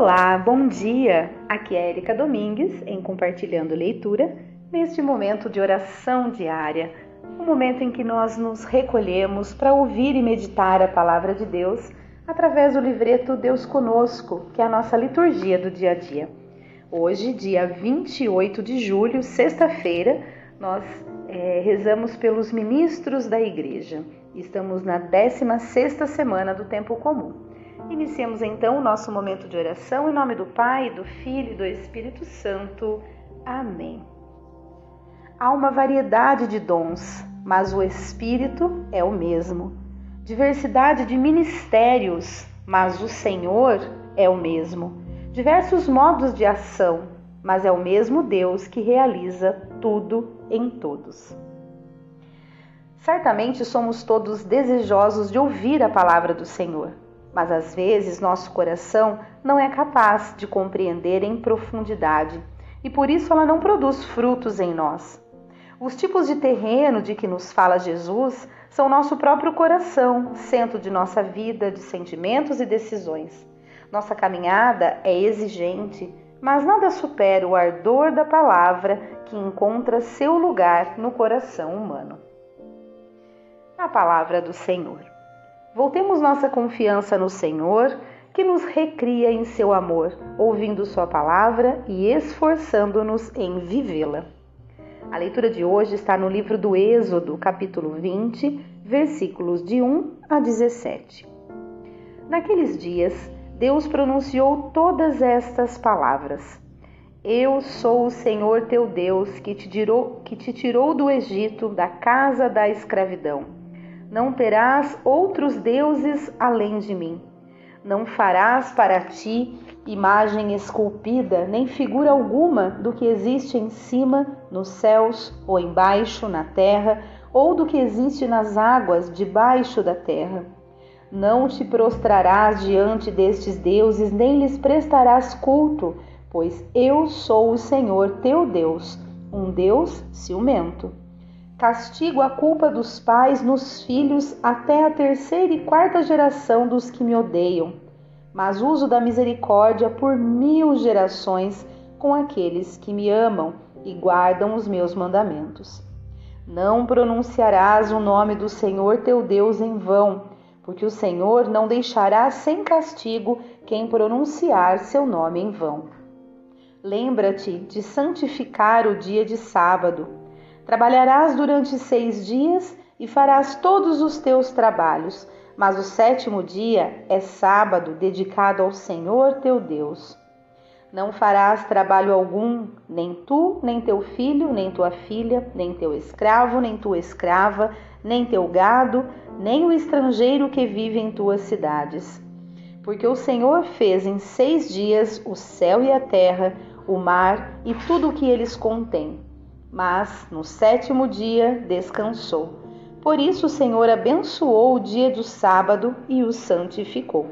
Olá, bom dia! Aqui é Érica Domingues em Compartilhando Leitura, neste momento de oração diária, um momento em que nós nos recolhemos para ouvir e meditar a Palavra de Deus através do livreto Deus Conosco, que é a nossa liturgia do dia a dia. Hoje, dia 28 de julho, sexta-feira, nós rezamos pelos ministros da Igreja. Estamos na 16ª semana do Tempo Comum. Iniciemos então o nosso momento de oração em nome do Pai, do Filho e do Espírito Santo. Amém. Há uma variedade de dons, mas o Espírito é o mesmo. Diversidade de ministérios, mas o Senhor é o mesmo. Diversos modos de ação, mas é o mesmo Deus que realiza tudo em todos. Certamente somos todos desejosos de ouvir a palavra do Senhor, mas às vezes nosso coração não é capaz de compreender em profundidade e por isso ela não produz frutos em nós. Os tipos de terreno de que nos fala Jesus são nosso próprio coração, centro de nossa vida, de sentimentos e decisões. Nossa caminhada é exigente, mas nada supera o ardor da palavra que encontra seu lugar no coração humano. A palavra do Senhor. Voltemos nossa confiança no Senhor, que nos recria em seu amor, ouvindo sua palavra e esforçando-nos em vivê-la. A leitura de hoje está no livro do Êxodo, capítulo 20, versículos de 1 a 17. Naqueles dias, Deus pronunciou todas estas palavras. Eu sou o Senhor teu Deus, que te tirou do Egito, da casa da escravidão. Não terás outros deuses além de mim. Não farás para ti imagem esculpida, nem figura alguma do que existe em cima, nos céus, ou embaixo, na terra, ou do que existe nas águas, debaixo da terra. Não te prostrarás diante destes deuses, nem lhes prestarás culto, pois eu sou o Senhor teu Deus, um Deus ciumento. Castigo a culpa dos pais nos filhos até a 3ª e 4ª geração dos que me odeiam, mas uso da misericórdia por 1000 gerações com aqueles que me amam e guardam os meus mandamentos. Não pronunciarás o nome do Senhor teu Deus em vão, porque o Senhor não deixará sem castigo quem pronunciar seu nome em vão. Lembra-te de santificar o dia de sábado. Trabalharás durante 6 dias e farás todos os teus trabalhos, mas o 7º dia é sábado dedicado ao Senhor teu Deus. Não farás trabalho algum, nem tu, nem teu filho, nem tua filha, nem teu escravo, nem tua escrava, nem teu gado, nem o estrangeiro que vive em tuas cidades. Porque o Senhor fez em 6 dias o céu e a terra, o mar e tudo o que eles contêm. Mas no 7º dia descansou. Por isso o Senhor abençoou o dia do sábado e o santificou.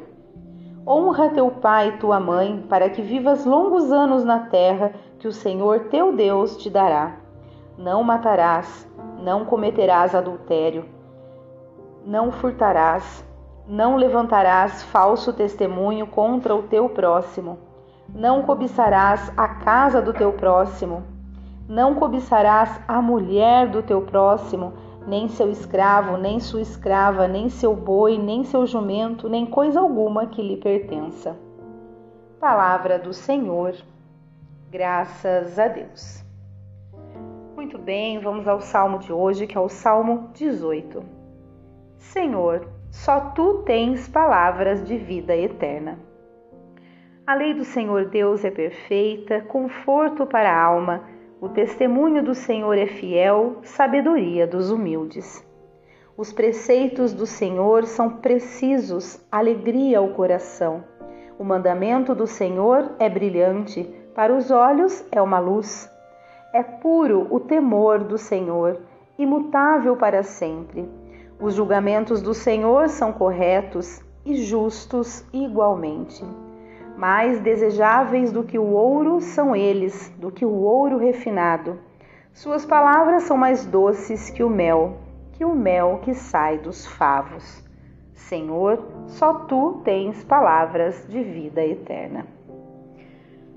Honra teu pai e tua mãe, para que vivas longos anos na terra que o Senhor teu Deus te dará. Não matarás, não cometerás adultério, não furtarás, não levantarás falso testemunho contra o teu próximo, não cobiçarás a casa do teu próximo, não cobiçarás a mulher do teu próximo, nem seu escravo, nem sua escrava, nem seu boi, nem seu jumento, nem coisa alguma que lhe pertença. Palavra do Senhor. Graças a Deus. Muito bem, vamos ao Salmo de hoje, que é o Salmo 18. Senhor, só Tu tens palavras de vida eterna. A lei do Senhor Deus é perfeita, conforto para a alma. O testemunho do Senhor é fiel, sabedoria dos humildes. Os preceitos do Senhor são precisos, alegria ao coração. O mandamento do Senhor é brilhante, para os olhos é uma luz. É puro o temor do Senhor, imutável para sempre. Os julgamentos do Senhor são corretos e justos igualmente. Mais desejáveis do que o ouro são eles, do que o ouro refinado. Suas palavras são mais doces que o mel que sai dos favos. Senhor, só Tu tens palavras de vida eterna.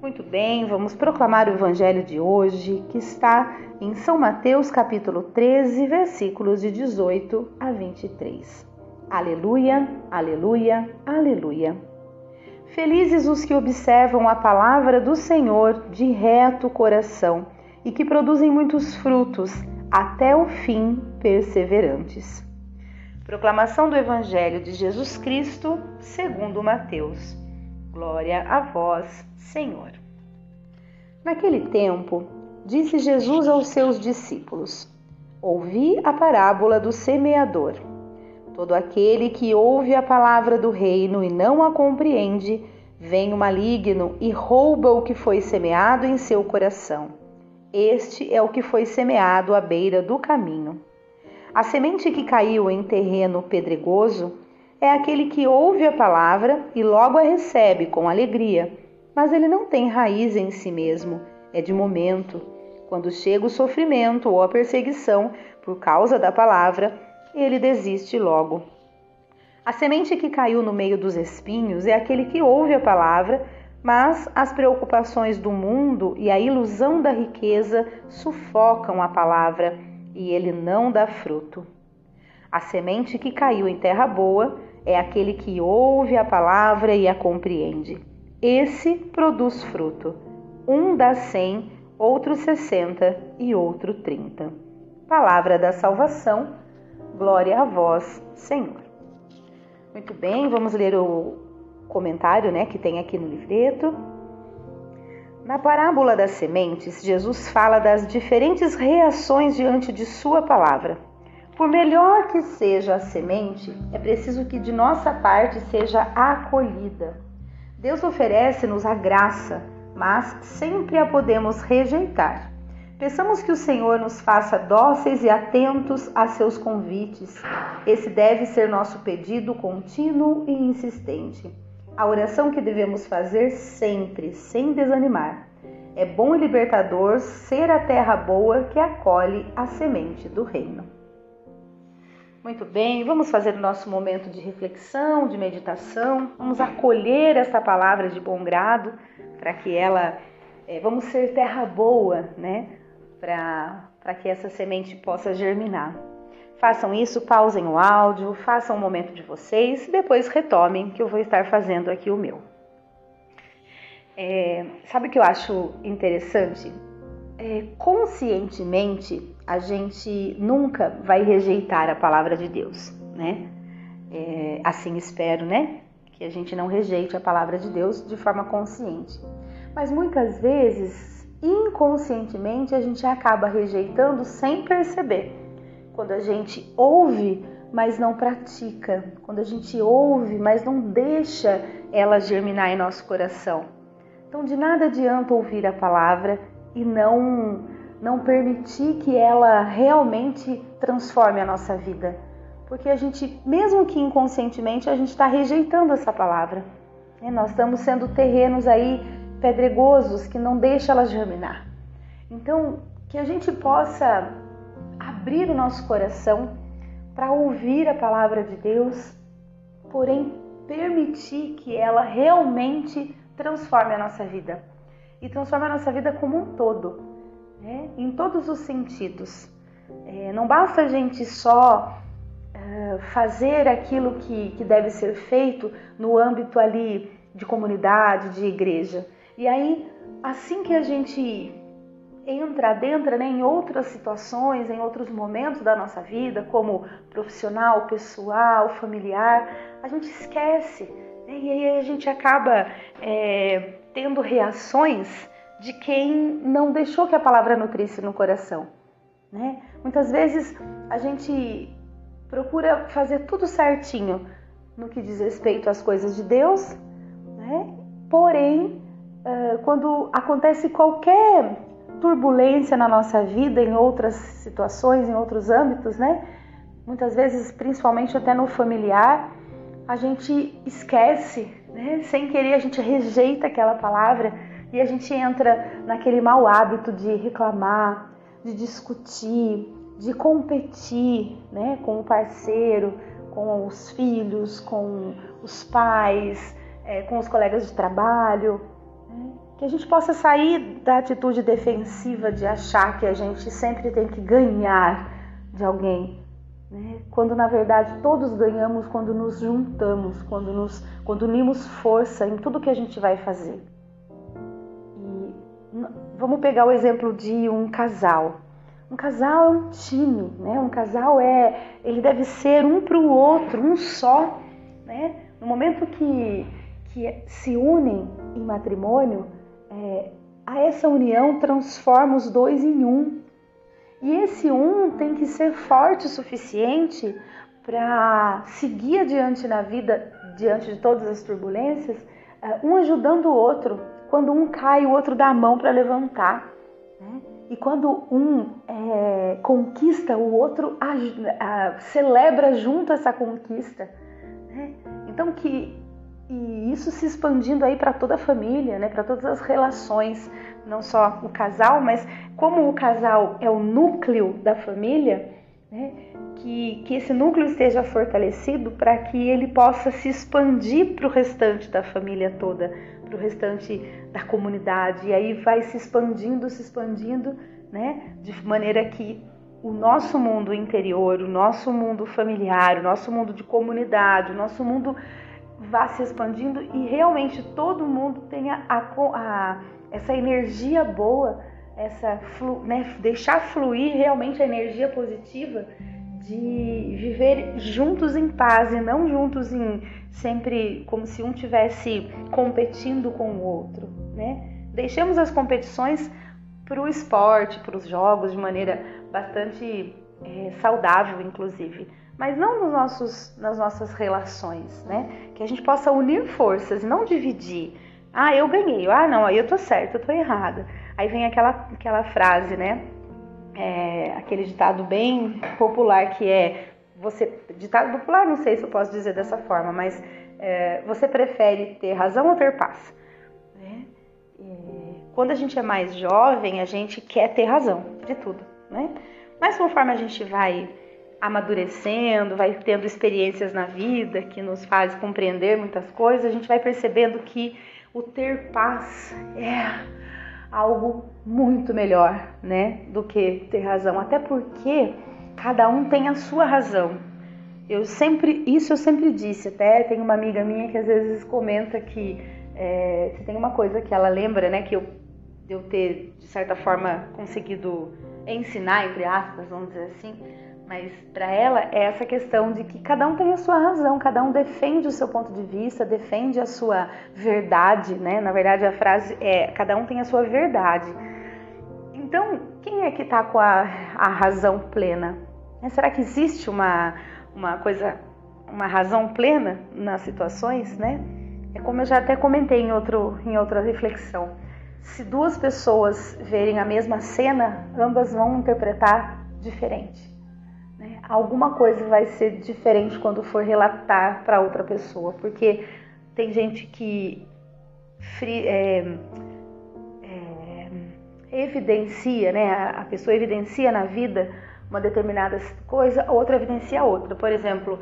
Muito bem, vamos proclamar o Evangelho de hoje, que está em São Mateus, capítulo 13, versículos de 18 a 23. Aleluia, aleluia, aleluia. Felizes os que observam a palavra do Senhor de reto coração e que produzem muitos frutos, até o fim perseverantes. Proclamação do Evangelho de Jesus Cristo, segundo Mateus. Glória a vós, Senhor. Naquele tempo, disse Jesus aos seus discípulos: Ouvi a parábola do semeador. Todo aquele que ouve a palavra do reino e não a compreende, vem o maligno e rouba o que foi semeado em seu coração. Este é o que foi semeado à beira do caminho. A semente que caiu em terreno pedregoso é aquele que ouve a palavra e logo a recebe com alegria, mas ele não tem raiz em si mesmo, é de momento. Quando chega o sofrimento ou a perseguição por causa da palavra, ele desiste logo. A semente que caiu no meio dos espinhos é aquele que ouve a palavra, mas as preocupações do mundo e a ilusão da riqueza sufocam a palavra e ele não dá fruto. A semente que caiu em terra boa é aquele que ouve a palavra e a compreende. Esse produz fruto. Um dá 100, outro 60 e outro 30. Palavra da salvação. Glória a vós, Senhor. Muito bem, vamos ler o comentário, que tem aqui no livreto. Na parábola das sementes, Jesus fala das diferentes reações diante de sua palavra. Por melhor que seja a semente, é preciso que de nossa parte seja acolhida. Deus oferece-nos a graça, mas sempre a podemos rejeitar. Peçamos que o Senhor nos faça dóceis e atentos a seus convites. Esse deve ser nosso pedido contínuo e insistente. A oração que devemos fazer sempre, sem desanimar. É bom e libertador ser a terra boa que acolhe a semente do reino. Muito bem, vamos fazer o nosso momento de reflexão, de meditação. Vamos acolher essa palavra de bom grado, para que vamos ser terra boa, para que essa semente possa germinar. Façam isso, pausem o áudio, façam o momento de vocês e depois retomem, que eu vou estar fazendo aqui o meu. Sabe o que eu acho interessante? Conscientemente, a gente nunca vai rejeitar a palavra de Deus, assim espero, que a gente não rejeite a palavra de Deus de forma consciente. Mas muitas vezes, inconscientemente, a gente acaba rejeitando sem perceber. Quando a gente ouve, mas não pratica. Quando a gente ouve, mas não deixa ela germinar em nosso coração. Então, de nada adianta ouvir a palavra e não permitir que ela realmente transforme a nossa vida. Porque a gente, mesmo que inconscientemente, a gente está rejeitando essa palavra. Nós estamos sendo terrenos aí pedregosos que não deixam ela germinar. Então, que a gente possa abrir o nosso coração para ouvir a palavra de Deus, porém permitir que ela realmente transforme a nossa vida. E transforme a nossa vida como um todo, em todos os sentidos. Não basta a gente só fazer aquilo que deve ser feito no âmbito ali de comunidade, de igreja. E aí, assim que a gente adentra em outras situações, em outros momentos da nossa vida, como profissional, pessoal, familiar, a gente esquece, e aí a gente acaba tendo reações de quem não deixou que a palavra nutrisse no coração. Muitas vezes a gente procura fazer tudo certinho no que diz respeito às coisas de Deus, porém, quando acontece qualquer turbulência na nossa vida, em outras situações, em outros âmbitos, muitas vezes, principalmente até no familiar, a gente esquece, sem querer a gente rejeita aquela palavra e a gente entra naquele mau hábito de reclamar, de discutir, de competir, com o parceiro, com os filhos, com os pais, com os colegas de trabalho. Que a gente possa sair da atitude defensiva de achar que a gente sempre tem que ganhar de alguém, né? Quando na verdade todos ganhamos quando nos juntamos, quando unimos força em tudo que a gente vai fazer. E vamos pegar o exemplo de um casal. Um casal é um time, né? Um casal ele deve ser um para o outro, um só, né? No momento que se unem em matrimônio, a essa união transforma os dois em um. E esse um tem que ser forte o suficiente para seguir adiante na vida, diante de todas as turbulências, um ajudando o outro. Quando um cai, o outro dá a mão para levantar, né? E quando um conquista, o outro celebra junto essa conquista, né? Então e isso se expandindo aí para toda a família, né? Para todas as relações, não só o casal, mas como o casal é o núcleo da família, né? Que esse núcleo esteja fortalecido para que ele possa se expandir para o restante da família toda, para o restante da comunidade, e aí vai se expandindo, né? De maneira que o nosso mundo interior, o nosso mundo familiar, o nosso mundo de comunidade, o nosso mundo vá se expandindo e realmente todo mundo tenha essa energia boa, né? Deixar fluir realmente a energia positiva de viver juntos em paz e não juntos sempre como se um tivesse competindo com o outro, né? Deixemos as competições para o esporte, para os jogos, de maneira bastante saudável, inclusive, mas não nas nossas relações, né? Que a gente possa unir forças, não dividir. Ah, eu ganhei. Ah, não, aí eu tô certa, eu tô errada. Aí vem aquela frase, né? Aquele ditado bem popular que ditado popular, não sei se eu posso dizer dessa forma, mas você prefere ter razão ou ter paz? Né? Quando a gente é mais jovem, a gente quer ter razão de tudo, né? Mas conforme a gente vai amadurecendo, vai tendo experiências na vida que nos fazem compreender muitas coisas, a gente vai percebendo que o ter paz é algo muito melhor, né, do que ter razão, até porque cada um tem a sua razão. Isso eu sempre disse, até tem uma amiga minha que às vezes comenta que se tem uma coisa que ela lembra, né, que eu ter de certa forma conseguido ensinar, entre aspas, vamos dizer assim, mas para ela é essa questão de que cada um tem a sua razão, cada um defende o seu ponto de vista, defende a sua verdade, né? Na verdade a frase cada um tem a sua verdade. Então, quem é que está com a razão plena? Será que existe uma razão plena nas situações, né? É como eu já até comentei em outra reflexão. Se duas pessoas verem a mesma cena, ambas vão interpretar diferente. Alguma coisa vai ser diferente quando for relatar para outra pessoa, porque tem gente que evidencia, né? A pessoa evidencia na vida uma determinada coisa, outra evidencia outra. Por exemplo,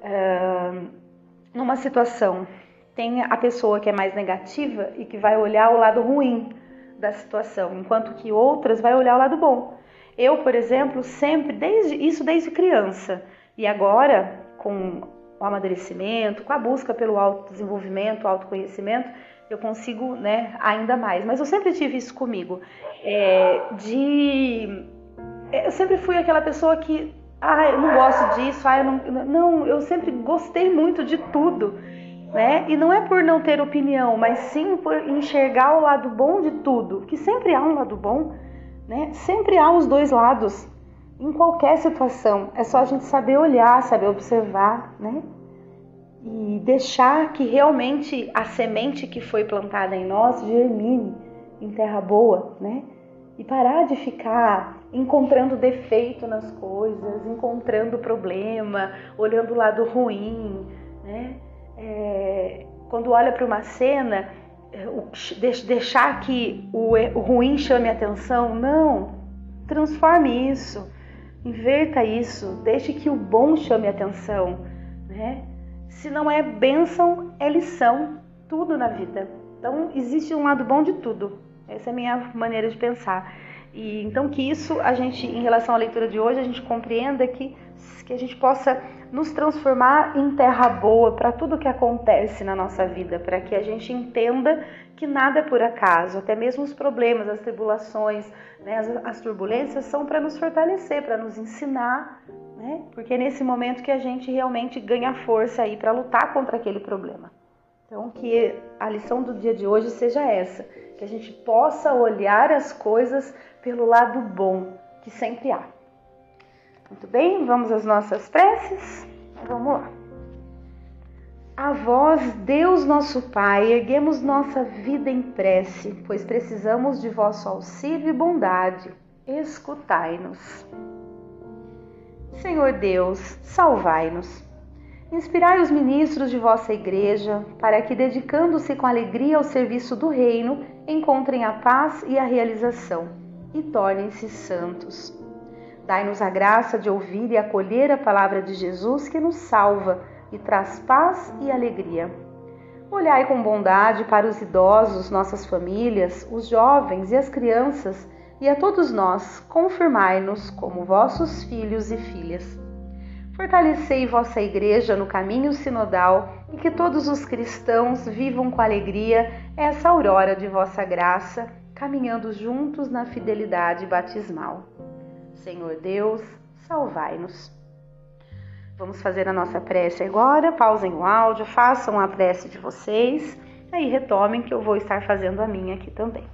numa situação, tem a pessoa que é mais negativa e que vai olhar o lado ruim da situação, enquanto que outras vai olhar o lado bom. Eu, por exemplo, sempre, desde criança, e agora com o amadurecimento, com a busca pelo autodesenvolvimento, autoconhecimento, eu consigo, né, ainda mais. Mas eu sempre tive isso comigo. Eu sempre fui aquela pessoa que, eu não gosto disso, eu sempre gostei muito de tudo, né? E não é por não ter opinião, mas sim por enxergar o lado bom de tudo, que sempre há um lado bom, né? Sempre há os dois lados em qualquer situação. É só a gente saber olhar, saber observar, né? E deixar que realmente a semente que foi plantada em nós germine em terra boa, né? E parar de ficar encontrando defeito nas coisas, encontrando problema, olhando o lado ruim, né? Quando olha para uma cena, deixar que o ruim chame a atenção, não, transforme isso, inverta isso, deixe que o bom chame a atenção, né? Se não é bênção, é lição, tudo na vida Então, existe um lado bom de tudo. Essa é a minha maneira de pensar. E então que isso, a gente, em relação à leitura de hoje, a gente compreenda que a gente possa nos transformar em terra boa para tudo que acontece na nossa vida, para que a gente entenda que nada é por acaso, até mesmo os problemas, as tribulações, né, as turbulências são para nos fortalecer, para nos ensinar, né, porque é nesse momento que a gente realmente ganha força aí para lutar contra aquele problema. Então que a lição do dia de hoje seja essa, que a gente possa olhar as coisas pelo lado bom que sempre há. Muito bem, vamos às nossas preces? Vamos lá. A vós, Deus nosso Pai, erguemos nossa vida em prece, pois precisamos de vosso auxílio e bondade. Escutai-nos. Senhor Deus, salvai-nos. Inspirai os ministros de vossa Igreja, para que, dedicando-se com alegria ao serviço do Reino, encontrem a paz e a realização, e tornem-se santos. Dai-nos a graça de ouvir e acolher a palavra de Jesus que nos salva e traz paz e alegria. Olhai com bondade para os idosos, nossas famílias, os jovens e as crianças, e a todos nós, confirmai-nos como vossos filhos e filhas. Fortalecei vossa Igreja no caminho sinodal e que todos os cristãos vivam com alegria essa aurora de vossa graça, caminhando juntos na fidelidade batismal. Senhor Deus, salvai-nos. Vamos fazer a nossa prece agora. Pausem o áudio, façam a prece de vocês, aí retomem que eu vou estar fazendo a minha aqui também.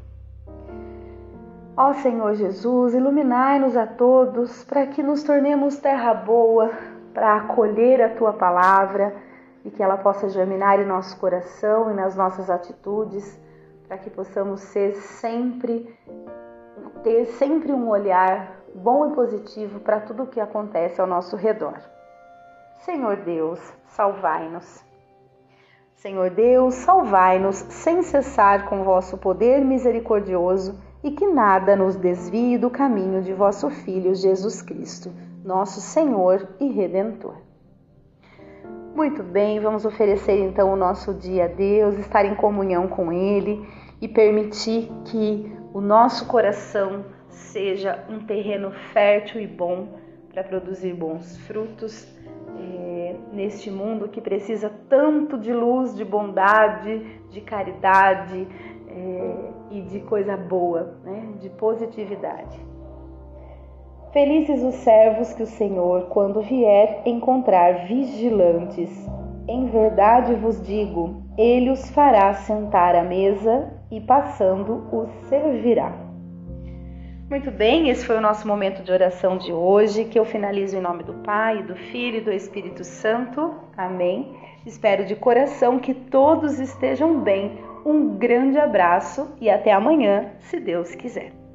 Ó Senhor Jesus, iluminai-nos a todos para que nos tornemos terra boa, para acolher a Tua palavra e que ela possa germinar em nosso coração e nas nossas atitudes, para que possamos ter sempre um olhar bom e positivo para tudo o que acontece ao nosso redor. Senhor Deus, salvai-nos. Senhor Deus, salvai-nos sem cessar com vosso poder misericordioso e que nada nos desvie do caminho de vosso Filho Jesus Cristo, nosso Senhor e Redentor. Muito bem, vamos oferecer então o nosso dia a Deus, estar em comunhão com Ele e permitir que o nosso coração seja um terreno fértil e bom para produzir bons frutos neste mundo que precisa tanto de luz, de bondade, de caridade e de coisa boa, né? De positividade. Felizes os servos que o Senhor, quando vier, encontrar vigilantes. Em verdade vos digo, Ele os fará sentar à mesa e, passando, os servirá. Muito bem, esse foi o nosso momento de oração de hoje, que eu finalizo em nome do Pai, do Filho e do Espírito Santo. Amém. Espero de coração que todos estejam bem. Um grande abraço e até amanhã, se Deus quiser.